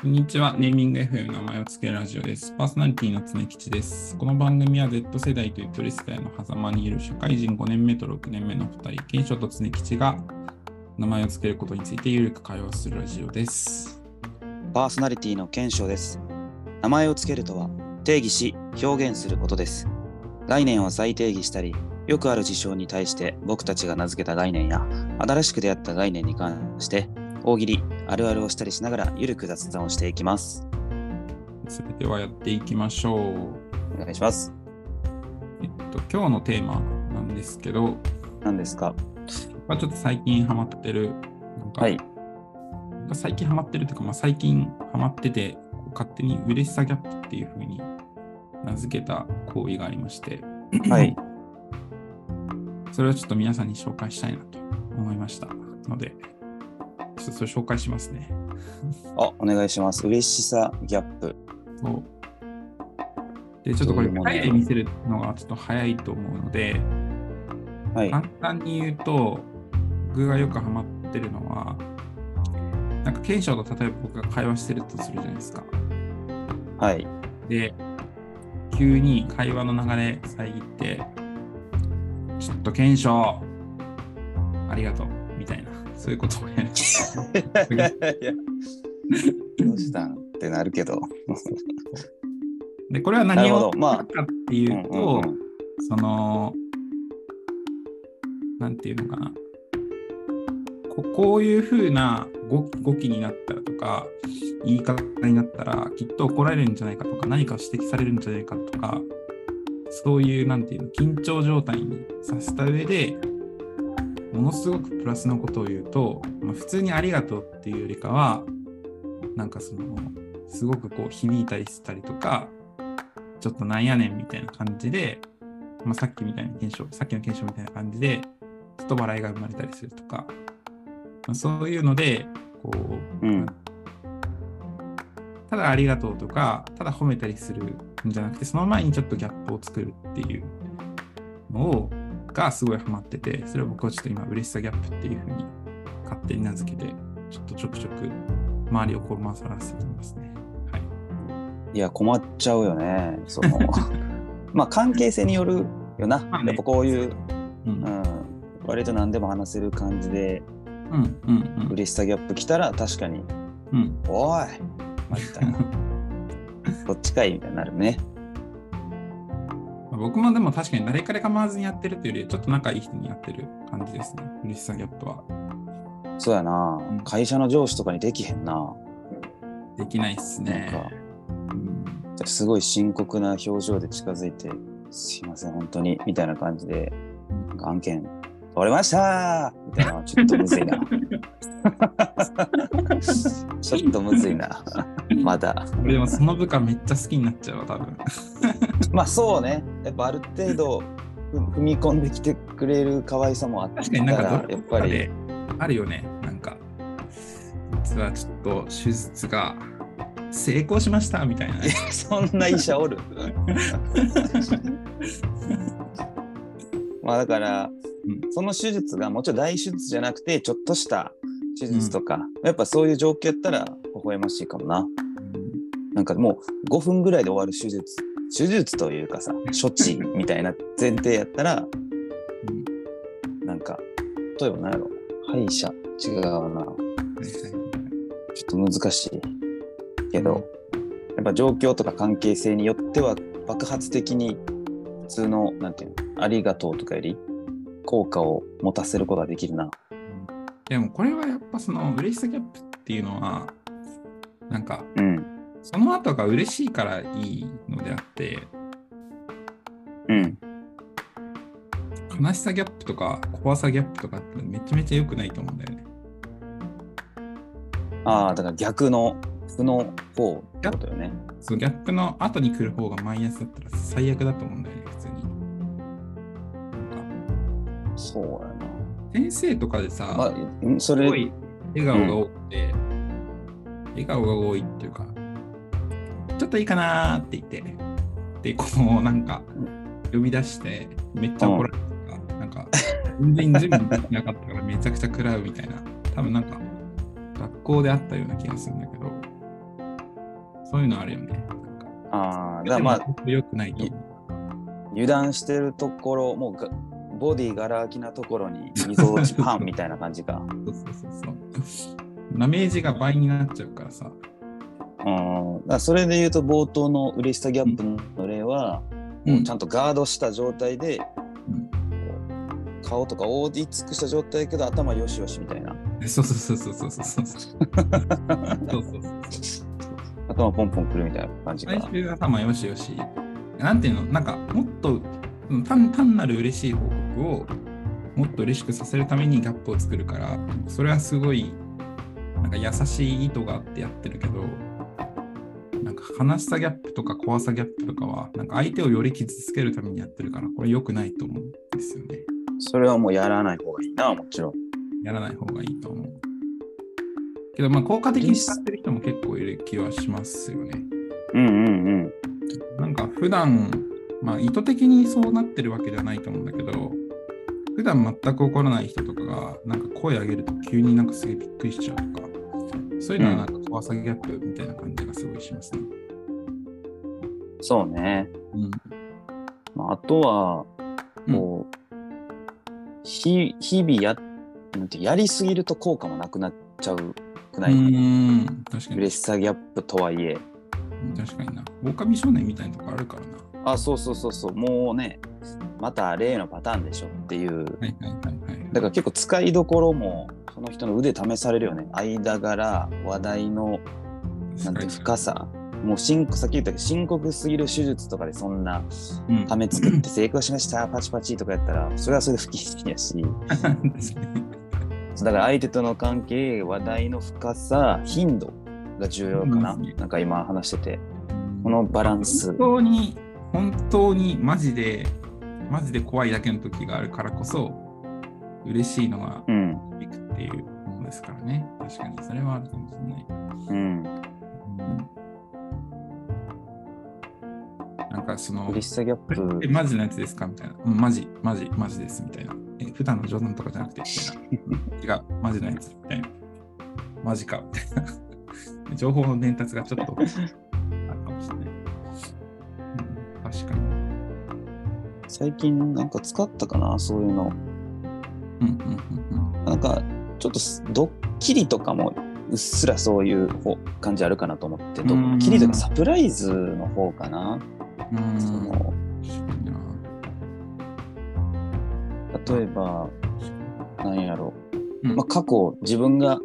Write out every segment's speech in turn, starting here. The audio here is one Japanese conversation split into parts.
こんにちは。ネーミング FM の名前を付けるラジオです。パーソナリティの常吉です。この番組は Z 世代という取り世代の狭間にいる社会人5年目と6年目の2人、賢章と常吉が名前を付けることについてゆるく会話するラジオです。 パーソナリティの賢章です。名前を付けるとは定義し表現することです。概念を再定義したり、よくある事象に対して僕たちが名付けた概念や新しく出会った概念に関して大喜利、あるあるをしたりしながらゆるく雑談をしていきます。 それではやっていきましょう。 お願いします。 今日のテーマなんですけど、 何ですか？ ちょっと最近ハマってる、 はい。 最近ハマってるというか、最近ハマってて、勝手に嬉しさギャップっていう風に名付けた行為がありまして、 はい。 それをちょっと皆さんに紹介したいなと思いましたので、ちょっとそれ紹介しますね。 お願いします。嬉しさギャップ。 そうで、ちょっとこれ早い見せるのがちょっと早いと思うので、 はい、 簡単に言うと、僕がよくハマってるのは、なんか賢章と例えば僕が会話してるとするじゃないですか。 はい。 で、急に会話の流れ遮って、ちょっと賢章、ありがとう、みたいな、そういうことをやる。 どうしたんってなるけど。 で、これは何を言うかっていうと、その、なんていうのかな。こういう風な語気になったらとか、言い方になったら、きっと怒られるんじゃないかとか、何か指摘されるんじゃないかとか、そういう、なんていうの、緊張状態にさせた上で、ものすごくプラスのことを言うと、普通にありがとうっていうよりかは、なんかその、すごくこう響いたりしたりとか、ちょっとなんやねんみたいな感じで、さっきの検証みたいな感じで、ちょっと笑いが生まれたりするとか、そういうので、こう、ただありがとうとか、ただ褒めたりするんじゃなくて、その前にちょっとギャップを作るっていうのがすごいハマってて、それを僕はちょっと今、嬉しさギャップっていうふうに勝手に名付けて、ちょっとちょくちょく周りをこう回さらせていますね。はい。 いや、困っちゃうよね。その関係性によるよな。やっぱこういう、割と何でも話せる感じで、嬉しさギャップ来たら確かに、おいみたいな。こっちかいみたいになるね。 僕もでも確かに誰から構わずにやってるというより、ちょっと仲いい人にやってる感じですね。嬉しさギャップは。 そうやな、会社の上司とかにできへんな。 できないっすね。 なんか、すごい深刻な表情で近づいて、すいません、本当に、みたいな感じで、案件、取れましたーみたいなのはちょっとむずいな。ちょっとむずいな。まだ。 でもその部下めっちゃ好きになっちゃうわ、多分。 そうね。やっぱある程度踏み込んできてくれる可愛さもあったら、 確かになんかやっぱりあるよね。なんか、実はちょっと手術が成功しましたみたいな、ね。 そんな医者おる。だから、その手術がもちろん大手術じゃなくてちょっとした手術とか、やっぱそういう状況やったら微笑ましいかもな。なんかもう5分ぐらいで終わる手術というかさ、処置みたいな前提やったら、なんか例えば何やろ、歯医者違うな、ちょっと難しいけど、やっぱ状況とか関係性によっては爆発的に普通のなんていうの、ありがとうとかより効果を持たせることができるな。 でもこれはやっぱその嬉しさギャップっていうのはなんか、その後が嬉しいからいいのであって、悲しさギャップとか怖さギャップとかってめちゃめちゃ良くないと思うんだよね。 だから逆の負の方ってことよね。 そう、ギャップの後に来る方がマイナスだったら最悪だと思うんだよね、普通に。 そうやな。 先生とかでさ、 それすごい笑顔が多くて、笑顔が多いっていうか、ちょっといいかなーって言って、で、こうなんか呼び出してめっちゃ怒られるとか、なんか全然準備できなかったからめちゃくちゃ食らうみたいな、多分なんか学校であったような気がするんだけど、 そういうのあるよね。 ああ、だからまあ、 良くないと思う。 油断してるところ、もうボディガラ空きなところに溝落ちパンみたいな感じか。 そう。ダメージが倍になっちゃうからさ。 だからそれで言うと冒頭の嬉しさギャップの例は、もうちゃんとガードした状態で、顔とか覆い尽くした状態だけど頭よしよしみたいな。 そう。 頭ポンポンくるみたいな感じか。 最終頭よしよし。なんていうの、なんかもっと単なる嬉しい報告をもっと嬉しくさせるためにギャップを作るから、それはすごいなんか優しい意図があってやってるけど、なんか悲しさギャップとか怖さギャップとかはなんか相手をより傷つけるためにやってるから、これ良くないと思うんですよね。 それはもうやらない方がいいな、もちろん。 やらない方がいいと思う。けどまあ効果的に使ってる人も結構いる気はしますよね。なんか普段、まあ意図的にそうなってるわけではないと思うんだけど、普段全く怒らない人とかがなんか声上げると急になんかすげえびっくりしちゃうとか、そういうのはなんか怖さギャップみたいな感じがすごいしますね。 そうね。まあ、あとはこう、日々やりすぎると効果もなくなっちゃうくない？ 確かに。 嬉しさギャップとはいえ。 確かにな。狼少年みたいなとこあるからな。 あ、そう。もうね、また例のパターンでしょっていう。だから結構使いどころもその人の腕試されるよね。間柄、話題のなんて深さ。もうさっき言ったけど深刻すぎる手術とかでそんなため作って成功しましたパチパチとかやったらそれはそれで不謹慎やしだから相手との関係話題の深さ頻度が重要かな、なんか今話しててこのバランス本当にマジで怖いだけの時があるからこそ嬉しいのがいくっていうものですからね。確かにそれはあるかもしれない。なんかその嬉しさギャップマジのやつですかみたいな。マジですみたいな。普段の冗談とかじゃなくてみたいな。違う、マジのやつみたいな。マジかみたいな。情報の伝達がちょっとあるかもしれない。確かに。 最近なんか使ったかな、そういうの。なんかちょっとドッキリとかもうっすらそういう感じあるかなと思って、ドッキリとかサプライズの方かな。例えば何やろう、過去自分が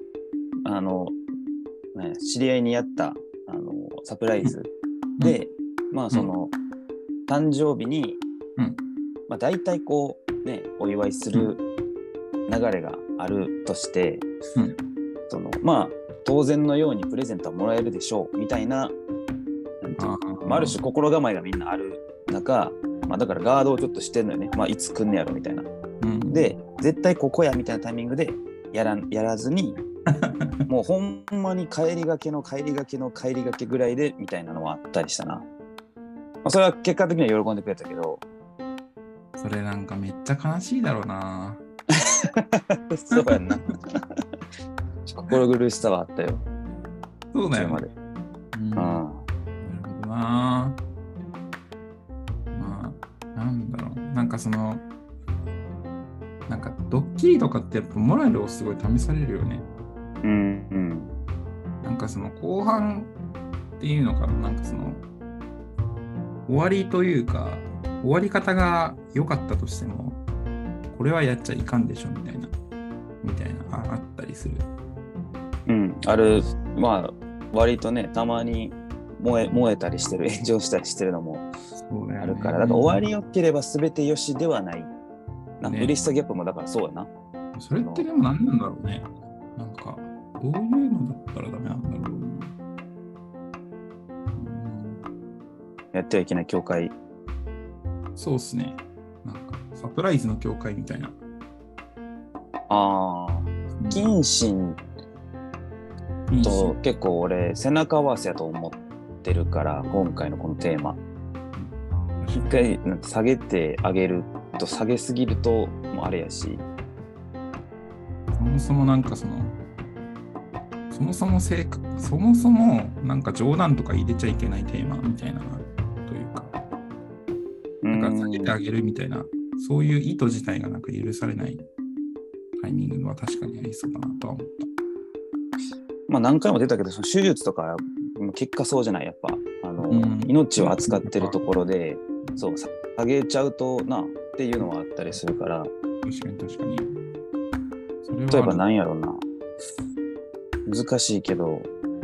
知り合いにやったサプライズで、その誕生日に、大体こうねお祝いする流れがあるとして、当然のようにプレゼントはもらえるでしょうみたいな、ある種心構えがみんなある中、だからガードをちょっとしてんのよね。いつ来んねやろみたいな。で絶対ここやみたいなタイミングでやらずにもうほんまに帰りがけぐらいでみたいなのはあったりしたな。それは結果的には喜んでくれたけど、 それなんかめっちゃ悲しいだろうな。 そうやんな。心苦しさはあったよ。 そうだよね。なるほどな。なんだろう。なんかそのなんかドッキリとかってやっぱモラルをすごい試されるよね。なんかその後半っていうのかな、なんかその終わりというか終わり方が良かったとしてもこれはやっちゃいかんでしょみたいなあったりする。 ある。割とねたまに燃えたりしてる、炎上したりしてるのもあるから、だから終わりよければ全てよしではない。なんか嬉しさギャップもだからそうやな。 それってでも何なんだろうね。なんかどういうのだったらダメなんだろう。 やってはいけない境界。 そうっすね。なんかサプライズの境界みたいな。謹慎と結構俺背中合わせやと思ってるから、今回のこのテーマ一回下げてあげると下げすぎるともうあれやし、 そもそもなんかそそもそもなんか冗談とか入れちゃいけないテーマみたいなというか、なんか下げてあげるみたいな、そういう意図自体がなんか許されないタイミングは確かにありそうだなとは思った。 まあ何回も出たけど、その手術とか結果そうじゃない、やっぱ命を扱ってるところで、そう下げちゃうとなっていうのはあったりするから。 確かに確かに。それは例えば何やろうな、難しいけど、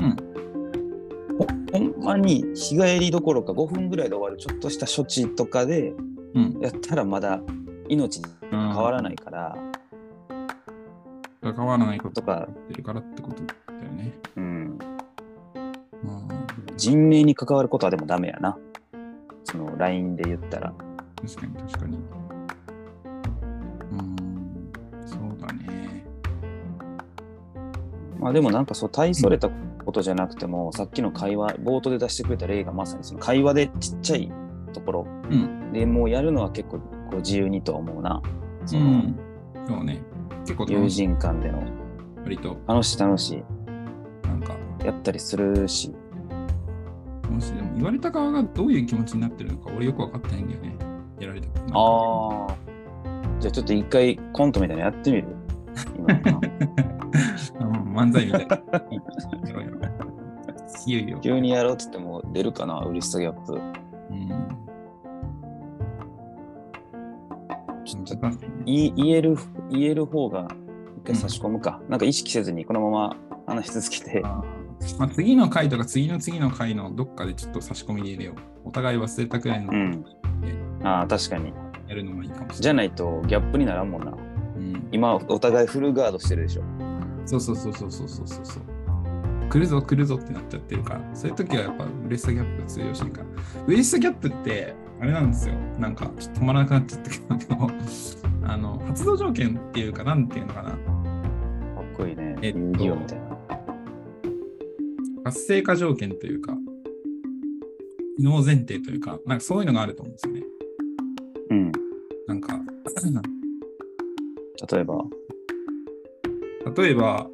ほんまに日帰りどころか5分ぐらいで終わるちょっとした処置とかでやったらまだ命に変わらないから、 関わらないことがやってるからってことだよね。 人命に関わることはでもダメやな、その LINE で言ったら。 確かに確かに。そうだね。 まあでもなんかそう大それたことじゃなくても、さっきの会話冒頭で出してくれた例がまさにその会話でちっちゃいところ、でもうやるのは結構こう自由にとは思うな。 そうね。結構友人間での割と楽しいなんかやったりするし。 もしでも言われた側がどういう気持ちになってるのか俺よく分かってないんだよね。やられたことない。 じゃあちょっと一回コントみたいなのやってみる今漫才みたいな。 急にやろうって言っても出るかな、嬉しさギャップ。ちょっと言える方が一回差し込むか、なんか意識せずにこのまま話し続けて、 まあ、次の回とか次の回のどっかでちょっと差し込みで入れよう。お互い忘れたくらいの、 確かにやるのもいいかもしれない。 じゃないとギャップにならんもんな。今お互いフルガードしてるでしょ。 そう。来るぞってなっちゃってるから、そういう時はやっぱ嬉しさギャップが通用しいから。嬉しさギャップってあれなんですよ。なんかちょっと止まらなくなっちゃったけど、発動条件っていうか、なんていうのかな。かっこいいね。遊戯王みたいな。 活性化条件というか、機能前提というか、なんかそういうのがあると思うんですよね。なんか、 例えば、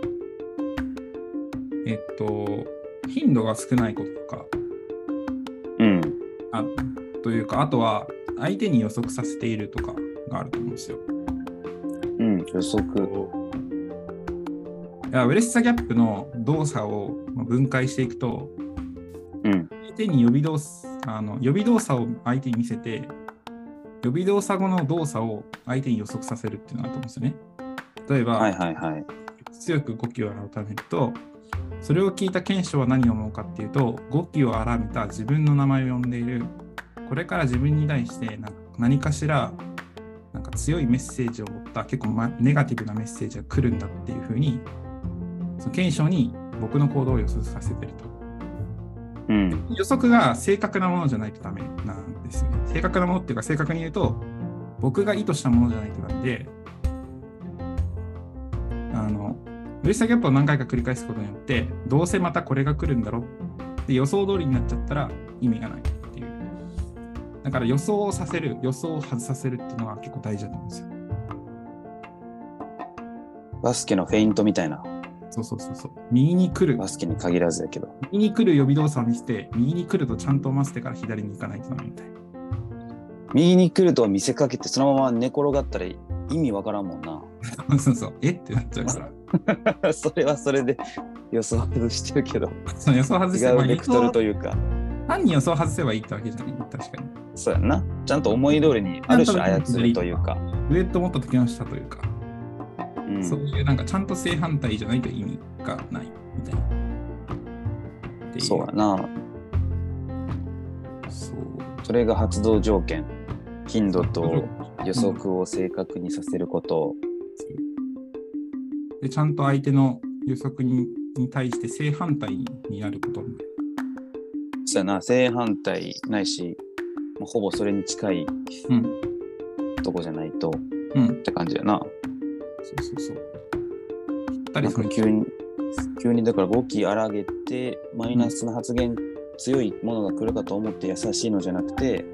頻度が少ないこととか、というか、あとは相手に予測させているとかがあると思うんですよ。 予測。 嬉しさギャップの動作を分解していくと、相手に予備動作を相手に見せて、予備動作後の動作を相手に予測させるっていうのがあると思うんですよね。例えば、強く語気を荒めると、それを聞いた賢章は何を思うかっていうと、語気を荒めた自分の名前を呼んでいる、これから自分に対して何かしらなんか強いメッセージを持った結構ネガティブなメッセージが来るんだっていうふうに、その賢章に僕の行動を予測させてると。予測が正確なものじゃないとダメなんですよね。正確なものっていうか、正確に言うと、僕が意図したものじゃないとダメで、嬉しさギャップを何回か繰り返すことによって、どうせまたこれが来るんだろって予想通りになっちゃったら意味がないっていう。だから予想を外させるっていうのが結構大事だと思うんですよ。 バスケのフェイントみたいな。 そう。右に来る。 バスケに限らずだけど。 右に来る予備動作を見せて、右に来るとちゃんと待ってから左に行かないとダメみたいな。 右に来ると見せかけて、そのまま寝転がったら意味わからんもんな。 そう。ってなっちゃうから。 それはそれで予想外してるけど。 その予想外せば違うベクトルというか。 単に予想外せばいいってわけじゃない。確かに。 そうやんな。ちゃんと思い通りにある種操るというか。 上と思った時の下というか。そういうなんかちゃんと正反対じゃないと意味がないみたいな。 そうやな。それが発動条件。頻度と予測を正確にさせること。 でちゃんと相手の予測に対して正反対になること。 そうやな。正反対ないし、ほぼそれに近いとこじゃないと、って感じやな。 そう。 なんか急にだから語気荒げてマイナスな発言、強いものが来るかと思って優しいのじゃなくて、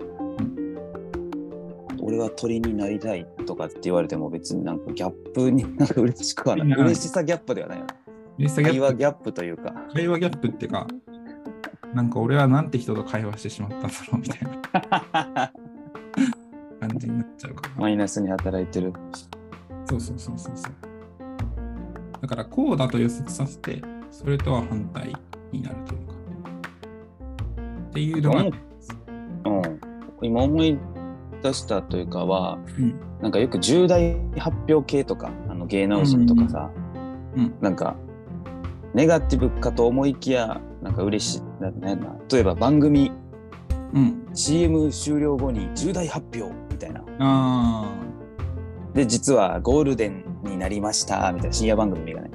俺は鳥になりたいとかって言われても別になんかギャップになんか嬉しくはない。嬉しさギャップではないよね。 会話ギャップというか。 会話ギャップっていうか、なんか俺はなんて人と会話してしまったんだろうみたいな感じになっちゃうから。 マイナスに働いてる。 そうそう。だからこうだと予測させて、それとは反対になるというか。っていうのが、 今思い出したというかは、なんかよく重大発表系とか、芸能人とかさ、なんかネガティブかと思いきや、なんか嬉しい。例えば番組、CM 終了後に重大発表みたいな。で、実はゴールデンになりましたみたいな深夜番組がね。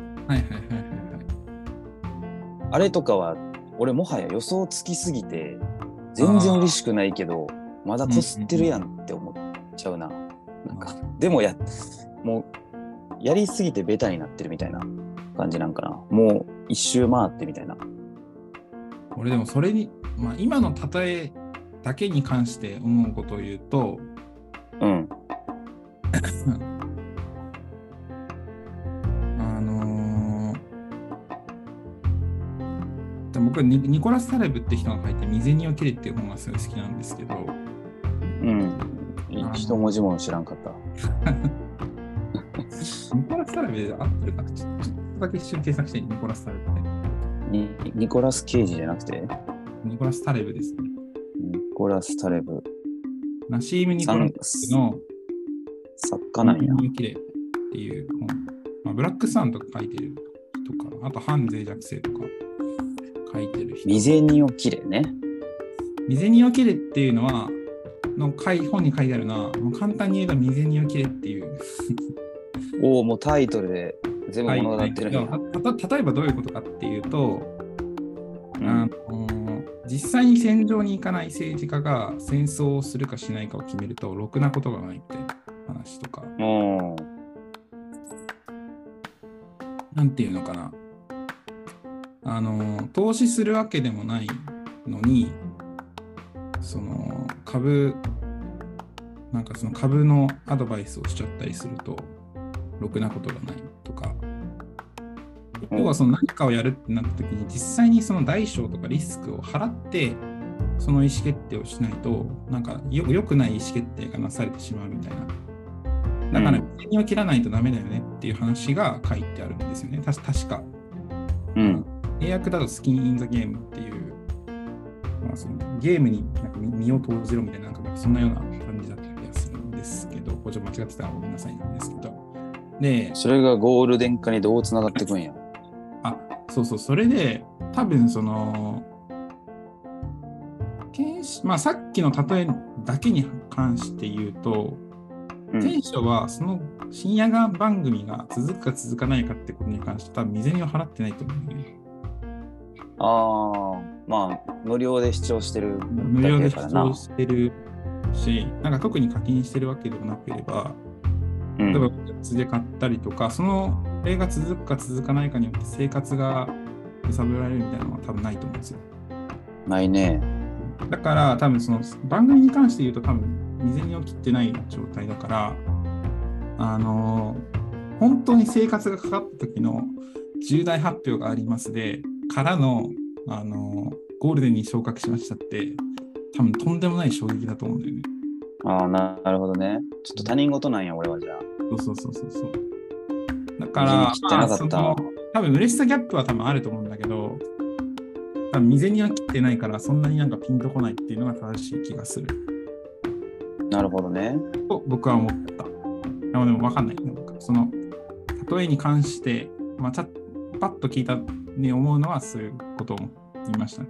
あれとかは、俺もはや予想つきすぎて、全然嬉しくないけど、まだこすってるやんって思っちゃうな。なんか、でももう、やりすぎてベタになってるみたいな感じなんかな。もう一周回ってみたいな。 俺でもそれに、今の例えだけに関して思うことを言うと、僕はニコラス・タレブって人が書いて「未然に起きる」っていう本がすごい好きなんですけど、 一文字も知らんかった。 ニコラス・タレブで合ってるかちょっとだけ一瞬検索してニコラス・タレブってニコラス・ケイジじゃなくてニコラス・タレブですね。 ニコラス・タレブ。 ナシーム・ニコラスの作家なんや。 未然に起きれっていう本。ブラック・スワンとか書いてる人かな。あと、反脆弱性とか書いてる人。 未然に起きれね。 未然に起きれっていうのは、本に書いてあるのは、もう簡単に言えば未然に起きれっていう。 もうタイトルで全部物語ってるんや。 例えばどういうことかっていうと、実際に戦場に行かない政治家が戦争をするかしないかを決めると、ろくなことがないって話とか。なんていうのかな。投資するわけでもないのに、株のアドバイスをしちゃったりすると、ろくなことがないとか。要は何かをやるってなった時に、実際にその大小とかリスクを払って、その意思決定をしないと、なんか良くない意思決定がなされてしまうみたいな。だから、未然に切らないとダメだよねっていう話が書いてあるんですよね。確か。英訳だとスキン・イン・ザ・ゲームっていう、そのゲームになんか身を投じろみたいな、そんなような感じだった気がするんですけど、これちょっと間違ってたらごめんなさいなんですけど。で、 それがゴールデン化にどうつながってくんや。 そう、それで、多分さっきの例えだけに関して言うと、前者はその深夜番組が続くか続かないかってことに関して多分未然を払ってないと思うんだよね。 無料で視聴してる無料で視聴してるし、なんか特に課金してるわけでもなければ、例えば別で買ったりとか、その例が続くか続かないかによって生活が揺さぶられるみたいなのは多分ないと思うんですよ。 ないね。 だから多分その番組に関して言うと多分未然に起きてない状態だから、本当に生活がかかった時の重大発表がありますでからの、ゴールデンに昇格しましたって多分とんでもない衝撃だと思うんだよね。 なるほどね。ちょっと他人事なんや俺はじゃあ。 そう。だから多分嬉しさギャップは多分あると思うんだけど、多分未然には切ってないからそんなになんかピンとこないっていうのが正しい気がする。 なるほどね。 と僕は思った。でも分かんない。その例えに関して、パッと聞いたに思うのはそういうことを言いましたね。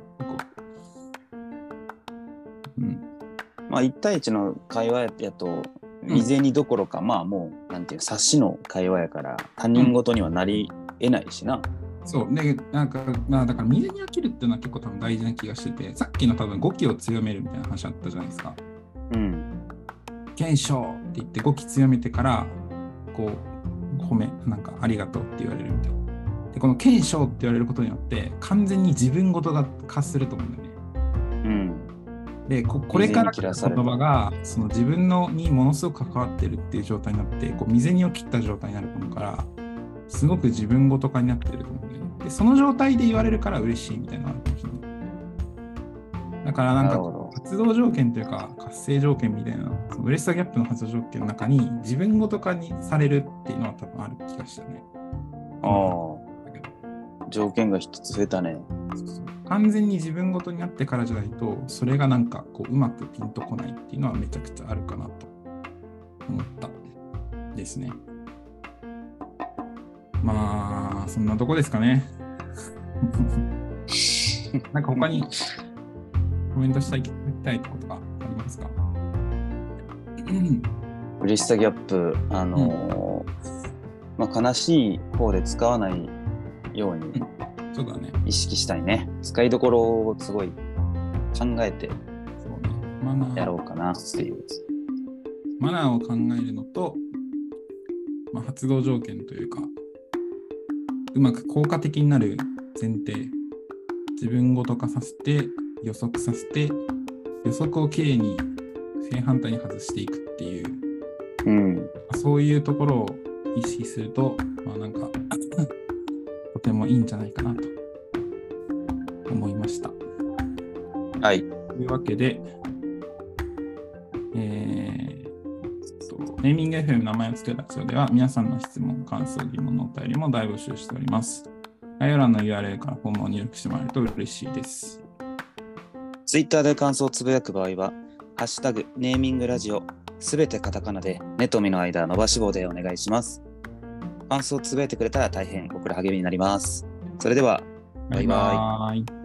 1対1の会話やと未然にどころか、もうなんていう察しの会話やから他人事にはなり得ないしな。 そうでだから未然に飽きるっていうのは結構多分大事な気がしてて、さっきの多分語気を強めるみたいな話あったじゃないですか。検証って言って語気強めてからこうなんかありがとうって言われるみたいな。でこの検証って言われることによって完全に自分事が化すると思うんだよね。でこれからの言葉がその自分にものすごく関わってるっていう状態になって未然にを切った状態になると思うから、すごく自分事化になってると思うんだよね。 で、その状態で言われるから嬉しいみたいなのがあるかもしれない。だからなんか発動条件というか活性条件みたいな、その嬉しさギャップの発動条件の中に自分ごと化にされるっていうのは多分ある気がしたね。 条件が一つ増えたね。 そう完全に自分ごとになってからじゃないと、それがなんかこううまくピンとこないっていうのはめちゃくちゃあるかなと思ったですね。まあそんなとこですかね。なんか他にコメントしたいことがありますか？ 嬉しさギャップ、悲しい方で使わないようにそうだね。 意識したいね。使いどころをすごい考えてやろうかなっていう。 マナーを考えるのと、発動条件というか、うまく効果的になる前提、自分ごと化させて、予測させて、予測をきれいに正反対に外していくっていう、そういうところを意識すると、なんかとてもいいんじゃないかなと思いました。 はい。 というわけで、ネーミング FM 名前を付けたラジオでは皆さんの質問、感想、疑問のお便りも大募集しております。概要欄の URL からフォームを入力してもらえると嬉しいです。 Twitter で感想をつぶやく場合は、ハッシュタグネーミングラジオ、すべてカタカナで、ネとミの間伸ばし棒でお願いします。感想をつぶやいてくれたら大変僕ら励みになります。それでは、バイバイ。